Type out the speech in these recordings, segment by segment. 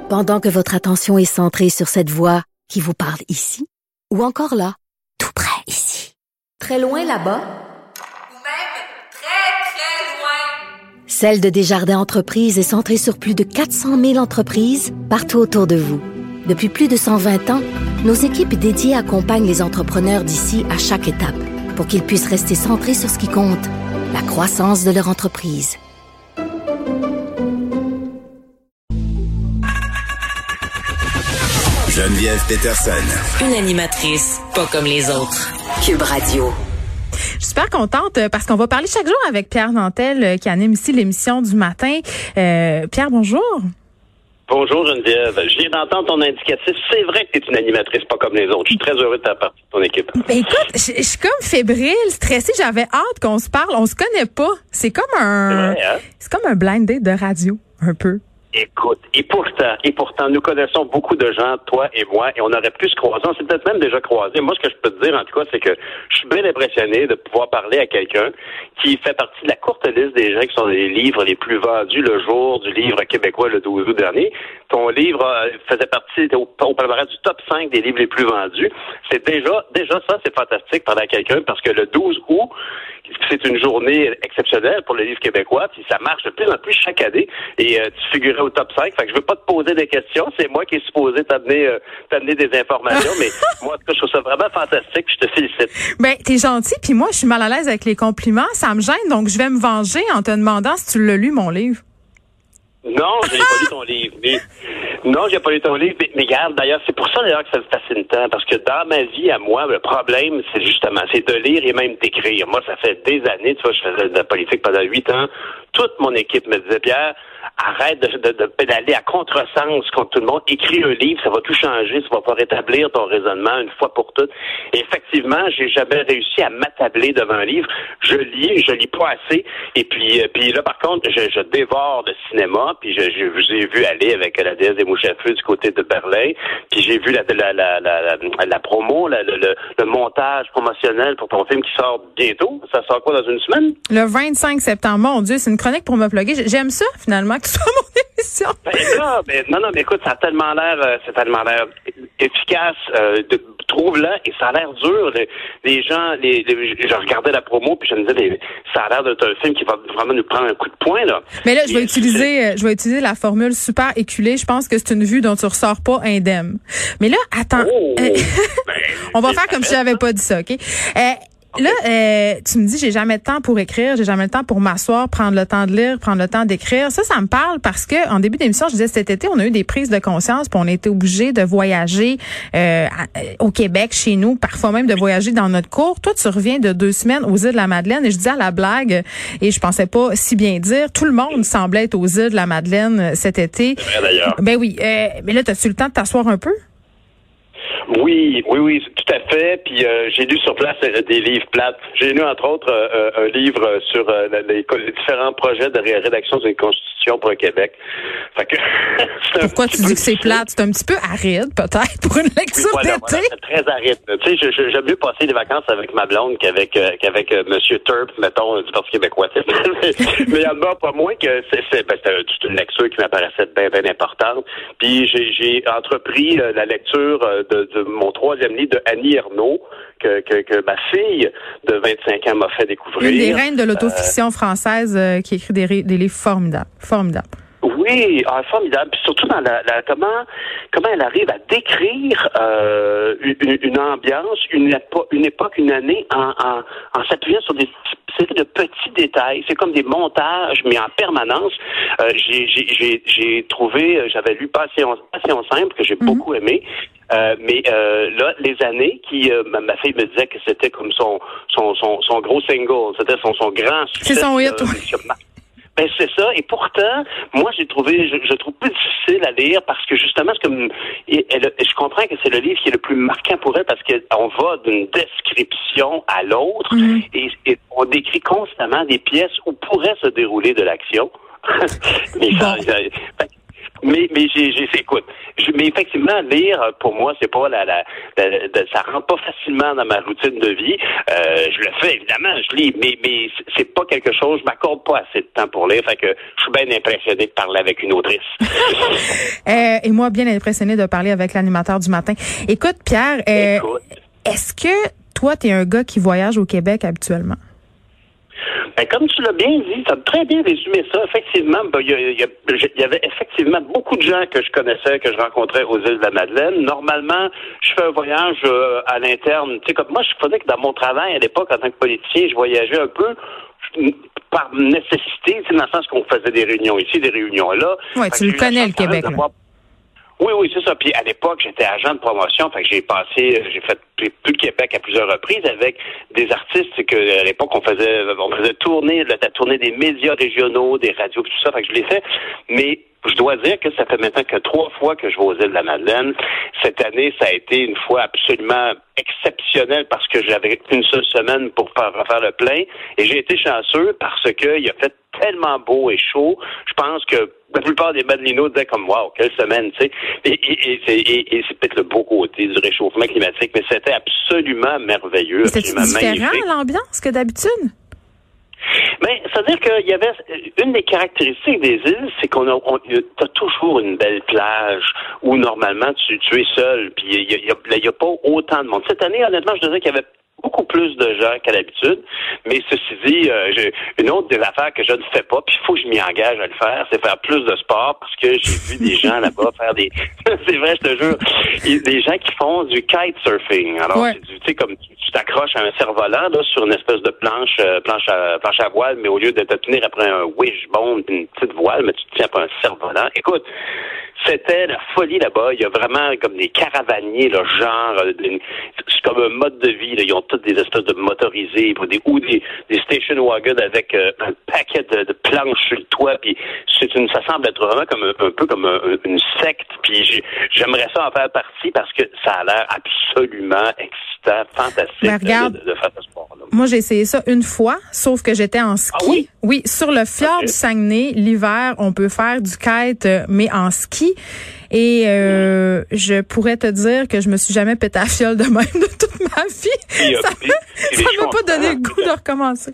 Pendant que votre attention est centrée sur cette voix qui vous parle ici, ou encore là, tout près ici, très loin là-bas, ou même très, très loin. Celle de Desjardins Entreprises est centrée sur plus de 400 000 entreprises partout autour de vous. Depuis plus de 120 ans, nos équipes dédiées accompagnent les entrepreneurs d'ici à chaque étape pour qu'ils puissent rester centrés sur ce qui compte, la croissance de leur entreprise. Geneviève Peterson. Une animatrice pas comme les autres. Cube Radio. Je suis super contente parce qu'on va parler chaque jour avec Pierre Nantel qui anime ici l'émission du matin. Pierre, bonjour. Bonjour Geneviève. Je viens d'entendre ton indicatif. C'est vrai que tu es une animatrice pas comme les autres. Je suis très heureux de ta partie de ton équipe. Écoute, je suis comme fébrile, stressée. J'avais hâte qu'on se parle. On se connaît pas. C'est comme c'est comme un blind date de radio, un peu. Écoute, et pourtant, nous connaissons beaucoup de gens, toi et moi, et on aurait pu se croiser. On s'est peut-être même déjà croisés. Moi, ce que je peux te dire, en tout cas, c'est que je suis bien impressionné de pouvoir parler à quelqu'un qui fait partie de la courte liste des gens qui sont les livres les plus vendus le jour du livre québécois le 12 août dernier. Ton livre faisait partie au palmarès du top 5 des livres les plus vendus. C'est déjà ça, c'est fantastique parler à quelqu'un parce que le 12 août, c'est une journée exceptionnelle pour le livre québécois, puis ça marche de plus en plus chaque année, et tu figurais au top 5, fait que je veux pas te poser des questions, c'est moi qui est supposé t'amener des informations, mais moi, en tout cas, je trouve ça vraiment fantastique, je te félicite. Ben, t'es gentil, puis moi, je suis mal à l'aise avec les compliments, ça me gêne, donc je vais me venger en te demandant si tu l'as lu, mon livre. Non, j'ai pas lu ton livre, mais regarde, d'ailleurs, c'est pour ça d'ailleurs que ça me fascine tant, parce que dans ma vie, à moi, le problème, c'est de lire et même d'écrire. Moi, ça fait des années, tu vois, je faisais de la politique pendant 8 ans. Toute mon équipe me disait, Pierre, arrête de pédaler à contresens contre tout le monde. Écris un livre, ça va tout changer, ça va pouvoir rétablir ton raisonnement une fois pour toutes. Et effectivement, j'ai jamais réussi à m'attabler devant un livre. Je lis pas assez. Et puis là, par contre, je dévore le cinéma. Puis je vous ai vu aller avec la déesse des mouches à feu du côté de Berlin. Puis j'ai vu la promo, le montage promotionnel pour ton film qui sort bientôt. Ça sort quoi dans une semaine? Le 25 septembre. Mon Dieu, c'est une chronique pour me plugger. J'aime ça, finalement, que ce soit mon émission. Non, mais écoute, ça a tellement l'air efficace, trouve-le, et ça a l'air dur. Les gens, je regardais la promo, puis je me disais, ça a l'air d'être un film qui va vraiment nous prendre un coup de poing, là. Mais là, je vais utiliser la formule super éculée. Je pense que c'est une vue dont tu ressors pas indemne. Mais là, attends. On va faire comme si j'avais pas dit ça, OK? Là, tu me dis, j'ai jamais de temps pour écrire, j'ai jamais de temps pour m'asseoir, prendre le temps de lire, prendre le temps d'écrire. Ça me parle parce que en début d'émission, je disais cet été, on a eu des prises de conscience, puis on a été obligés de voyager au Québec, chez nous, parfois même de voyager dans notre cours. Toi, tu reviens de 2 semaines aux îles de la Madeleine, et je disais à la blague, et je pensais pas si bien dire, tout le monde semblait être aux îles de la Madeleine cet été. C'est vrai, d'ailleurs. Ben oui, mais là, t'as-tu le temps de t'asseoir un peu? Oui, tout à fait. Puis j'ai lu sur place des livres plates. J'ai lu entre autres un livre sur les différents projets de rédaction d'une constitution pour le Québec. Fait que pourquoi tu dis que c'est plate? C'est un petit peu aride, peut-être, pour une lecture d'été. Voilà, c'est très aride. Tu sais, j'aime mieux passer des vacances avec ma blonde qu'avec Monsieur Turp, mettons, du Parti québécois. Mais il y en a pas moins que c'est une lecture qui m'apparaissait bien importante. Puis j'ai entrepris la lecture de mon 3e livre de Annie Ernaux, que ma fille de 25 ans m'a fait découvrir. Une des reines de l'autofiction française qui écrit des livres formidables. Oui, formidable. Puis surtout dans comment elle arrive à décrire une ambiance, une époque, une année en s'appuyant sur des séries de petits détails. C'est comme des montages, mais en permanence. J'ai trouvé, j'avais lu Passion simple que j'ai beaucoup aimé. Mais là, les années qui ma fille me disait que c'était comme son gros single, c'était son grand succès. C'est son hit. Ben c'est ça. Et pourtant, moi je trouve plus difficile à lire parce que justement, je comprends que c'est le livre qui est le plus marquant pour elle parce qu'on va d'une description à l'autre et on décrit constamment des pièces où pourrait se dérouler de l'action. Écoute, Mais effectivement, lire, pour moi, c'est pas ça rentre pas facilement dans ma routine de vie. Je le fais, évidemment, je lis, mais c'est pas quelque chose, je m'accorde pas assez de temps pour lire, fait que je suis bien impressionné de parler avec une autrice. Et moi, bien impressionné de parler avec l'animateur du matin. Écoute, Pierre, est-ce que toi, t'es un gars qui voyage au Québec habituellement? Ben, comme tu l'as bien dit, tu as très bien résumé ça. Effectivement, il y avait effectivement beaucoup de gens que je connaissais, que je rencontrais aux îles de la Madeleine. Normalement, je fais un voyage à l'interne. Tu sais, comme moi, je faisais que dans mon travail à l'époque, en tant que politicien, je voyageais un peu par nécessité, dans le sens qu'on faisait des réunions ici, des réunions là. Oui, tu le connais, le Québec. Oui, c'est ça. Puis à l'époque, j'étais agent de promotion, fait que j'ai fait plus le Québec à plusieurs reprises avec des artistes que à l'époque on faisait tourner des médias régionaux, des radios, tout ça, fait que je l'ai fait. Mais je dois dire que ça fait maintenant que 3 fois que je vais aux îles de la Madeleine. Cette année, ça a été une fois absolument exceptionnelle parce que j'avais une seule semaine pour refaire le plein. Et j'ai été chanceux parce que il a fait tellement beau et chaud. Je pense que la plupart des Madelinots disaient comme wow, quelle semaine, tu sais. Et c'est peut-être le beau côté du réchauffement climatique, mais c'était absolument merveilleux. C'était différent l'ambiance que d'habitude? Ben, c'est-à-dire qu'il y avait une des caractéristiques des îles, c'est t'as toujours une belle plage où normalement tu es seul, puis il y a pas autant de monde. Cette année, honnêtement, je dirais qu'il y avait beaucoup plus de gens qu'à l'habitude, mais ceci dit, une autre des affaires que je ne fais pas, puis il faut que je m'y engage à le faire, c'est faire plus de sport, parce que j'ai vu des gens là-bas faire c'est vrai, je te jure, des gens qui font du kitesurfing. Alors, ouais. Tu sais, comme tu t'accroches à un cerf-volant, là, sur une espèce de planche à voile, mais au lieu de te tenir après un wishbone, une petite voile, mais tu te tiens après un cerf-volant. Écoute, c'était la folie là-bas. Il y a vraiment comme des caravaniers, là, genre, c'est comme un mode de vie. Là. Ils ont toutes des espèces de motorisés ou des station wagons avec un paquet de planches sur le toit. Puis ça semble être vraiment comme un peu comme une secte. Puis j'aimerais ça en faire partie parce que ça a l'air absolument excitant, fantastique de faire ce sport-là. Moi, j'ai essayé ça une fois, sauf que j'étais en ski. Ah oui? Oui, sur le fjord du Saguenay, l'hiver, on peut faire du kite, mais en ski. Et je pourrais te dire que je me suis jamais pété à fiole de même de toute ma vie. Ça m'a pas donné le goût de recommencer.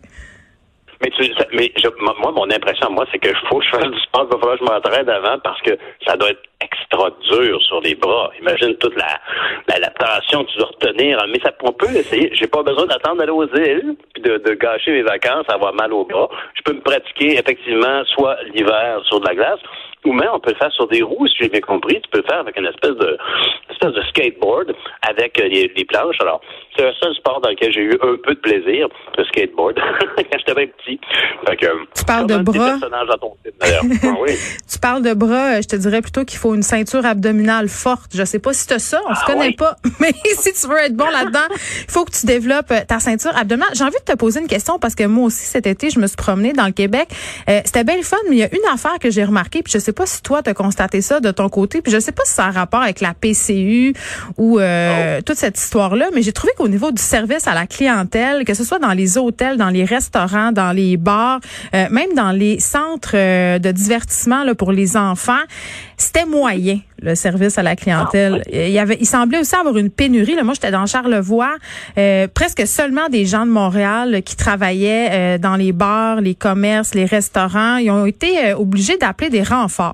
Moi, mon impression, c'est que faut que je fasse du sport, il va falloir que je m'entraîne avant parce que ça doit être extra dur sur les bras. Imagine toute la tension que tu dois retenir. Mais on peut essayer. J'ai pas besoin d'attendre d'aller aux îles puis de gâcher mes vacances, avoir mal aux bras. Je peux me pratiquer effectivement soit l'hiver sur de la glace, ou même on peut le faire sur des roues, si j'ai bien compris. Tu peux le faire avec une espèce de skateboard avec les planches. Alors, c'est le seul sport dans lequel j'ai eu un peu de plaisir, le skateboard, quand j'étais bien petit. Fait que, tu parles de bras. Dans ton film, d'ailleurs. Ah, oui. Tu parles de bras, je te dirais plutôt qu'il faut une ceinture abdominale forte. Je sais pas si tu as ça, on se connaît pas. Mais si tu veux être bon là-dedans, il faut que tu développes ta ceinture abdominale. J'ai envie de te poser une question parce que moi aussi, cet été, je me suis promenée dans le Québec. C'était bien le fun, mais il y a une affaire que j'ai remarquée, puis je sais pas si toi, tu as constaté ça de ton côté, puis je sais pas si ça a un rapport avec la PCU ou toute cette histoire-là, mais j'ai trouvé qu'au niveau du service à la clientèle, que ce soit dans les hôtels, dans les restaurants, dans les bars, même dans les centres de divertissement là, pour les enfants, c'était moyen, le service à la clientèle. Il semblait aussi avoir une pénurie. Là, moi, j'étais dans Charlevoix, presque seulement des gens de Montréal qui travaillaient dans les bars, les commerces, les restaurants. Ils ont été obligés d'appeler des renforts.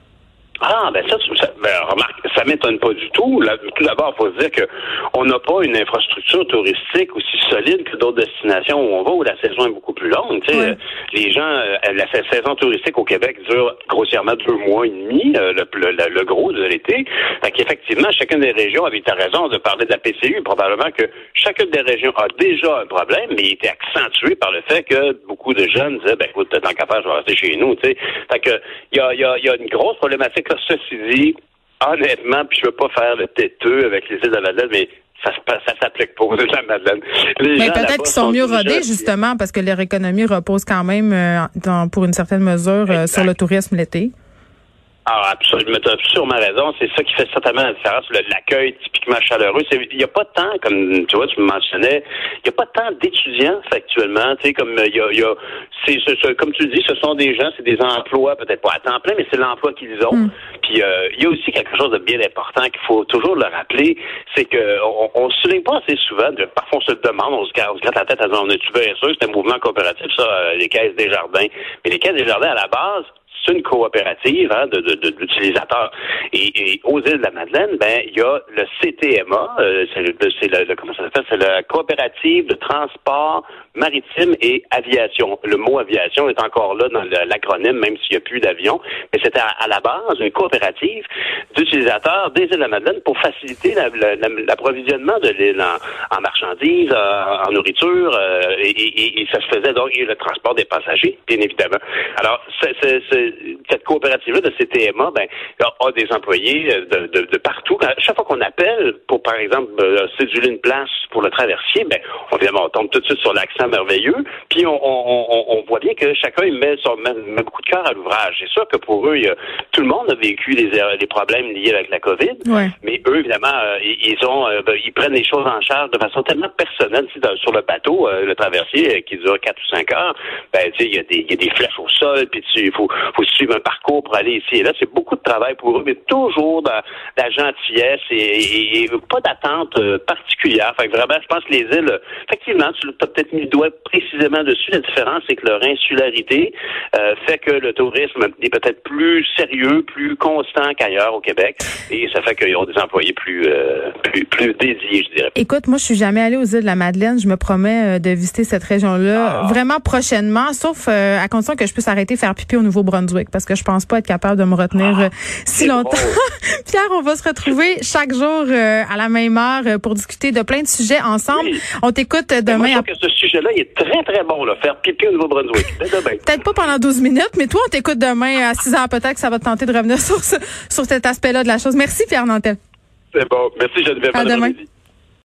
Ah, remarque, ça m'étonne pas du tout. Là, tout d'abord, il faut se dire que on n'a pas une infrastructure touristique aussi solide que d'autres destinations où on va, où la saison est beaucoup plus longue. Tu sais, les gens, la saison touristique au Québec dure grossièrement 2 mois et demi, le gros de l'été. Fait qu'effectivement, chacune des régions avait raison de parler de la PCU. Probablement que chacune des régions a déjà un problème, mais il était accentué par le fait que beaucoup de jeunes disaient, écoute, tant qu'à faire, je vais rester chez nous. Tu sais, fait que il y a une grosse problématique. Ceci dit, honnêtement, puis je veux pas faire le têteux avec les îles de la Madeleine, mais ça s'applique pas aux îles de la Madeleine. Mais peut-être qu'ils sont mieux rodés, justement, parce que leur économie repose quand même, pour une certaine mesure, sur le tourisme l'été. Ah, absolument, tu as sûrement raison. C'est ça qui fait certainement la différence. L'accueil typiquement chaleureux. Il n'y a pas tant, comme tu vois, tu me mentionnais, il n'y a pas tant d'étudiants factuellement. Tu sais, comme comme tu le dis, ce sont des gens, c'est des emplois peut-être pas à temps plein, mais c'est l'emploi qu'ils ont. Puis Puis il y a aussi quelque chose de bien important qu'il faut toujours le rappeler, c'est que on se souligne pas assez souvent. Parfois on se demande, on se gratte la tête à dire on est-tu bien sûr que c'est un mouvement coopératif, ça, les Caisses Desjardins. Mais les Caisses Desjardins, à la base, c'est une coopérative d'utilisateurs. Et aux îles de la Madeleine, il y a le CTMA, comment ça s'appelle? C'est la coopérative de transport maritime et aviation. Le mot aviation est encore là dans l'acronyme, même s'il n'y a plus d'avion. Mais c'était à la base une coopérative d'utilisateurs des îles de la Madeleine pour faciliter l'approvisionnement de l'île en marchandises, en nourriture, et ça se faisait donc et le transport des passagers, bien évidemment. Alors, cette coopérative-là de CTMA, a des employés de partout. Chaque fois qu'on appelle pour, par exemple, céduler une place pour le traversier, évidemment, on tombe tout de suite sur l'accent merveilleux, puis on voit bien que chacun met beaucoup de cœur à l'ouvrage. C'est sûr que pour eux, tout le monde a vécu les problèmes liés avec la COVID, mais eux, évidemment, ils prennent les choses en charge de façon tellement personnelle. Sur le bateau, le traversier qui dure 4 ou 5 heures, il y a des flèches au sol, puis il faut suivre un parcours pour aller ici et là. C'est beaucoup de travail pour eux, mais toujours dans la gentillesse et pas d'attente particulière. Fait que vraiment, je pense que les îles, effectivement, tu as peut-être mis le doigt précisément dessus. La différence, c'est que leur insularité fait que le tourisme est peut-être plus sérieux, plus constant qu'ailleurs au Québec, et ça fait qu'ils ont des employés plus dédiés, je dirais. Écoute, moi, je suis jamais allée aux îles de la Madeleine. Je me promets de visiter cette région-là vraiment prochainement, sauf à condition que je puisse arrêter de faire pipi au Nouveau-Brunswick, parce que je pense pas être capable de me retenir si longtemps. Bon. Pierre, on va se retrouver chaque jour à la même heure pour discuter de plein de sujets ensemble. Oui. On t'écoute demain. Moi, je trouve que ce sujet-là, il est très, très bon, là, faire pipi au Nouveau-Brunswick. Peut-être pas pendant 12 minutes, mais toi, on t'écoute demain à 6 heures. Peut-être que ça va te tenter de revenir sur cet aspect-là de la chose. Merci, Pierre Nantel. C'est bon. Merci, Geneviève. À demain.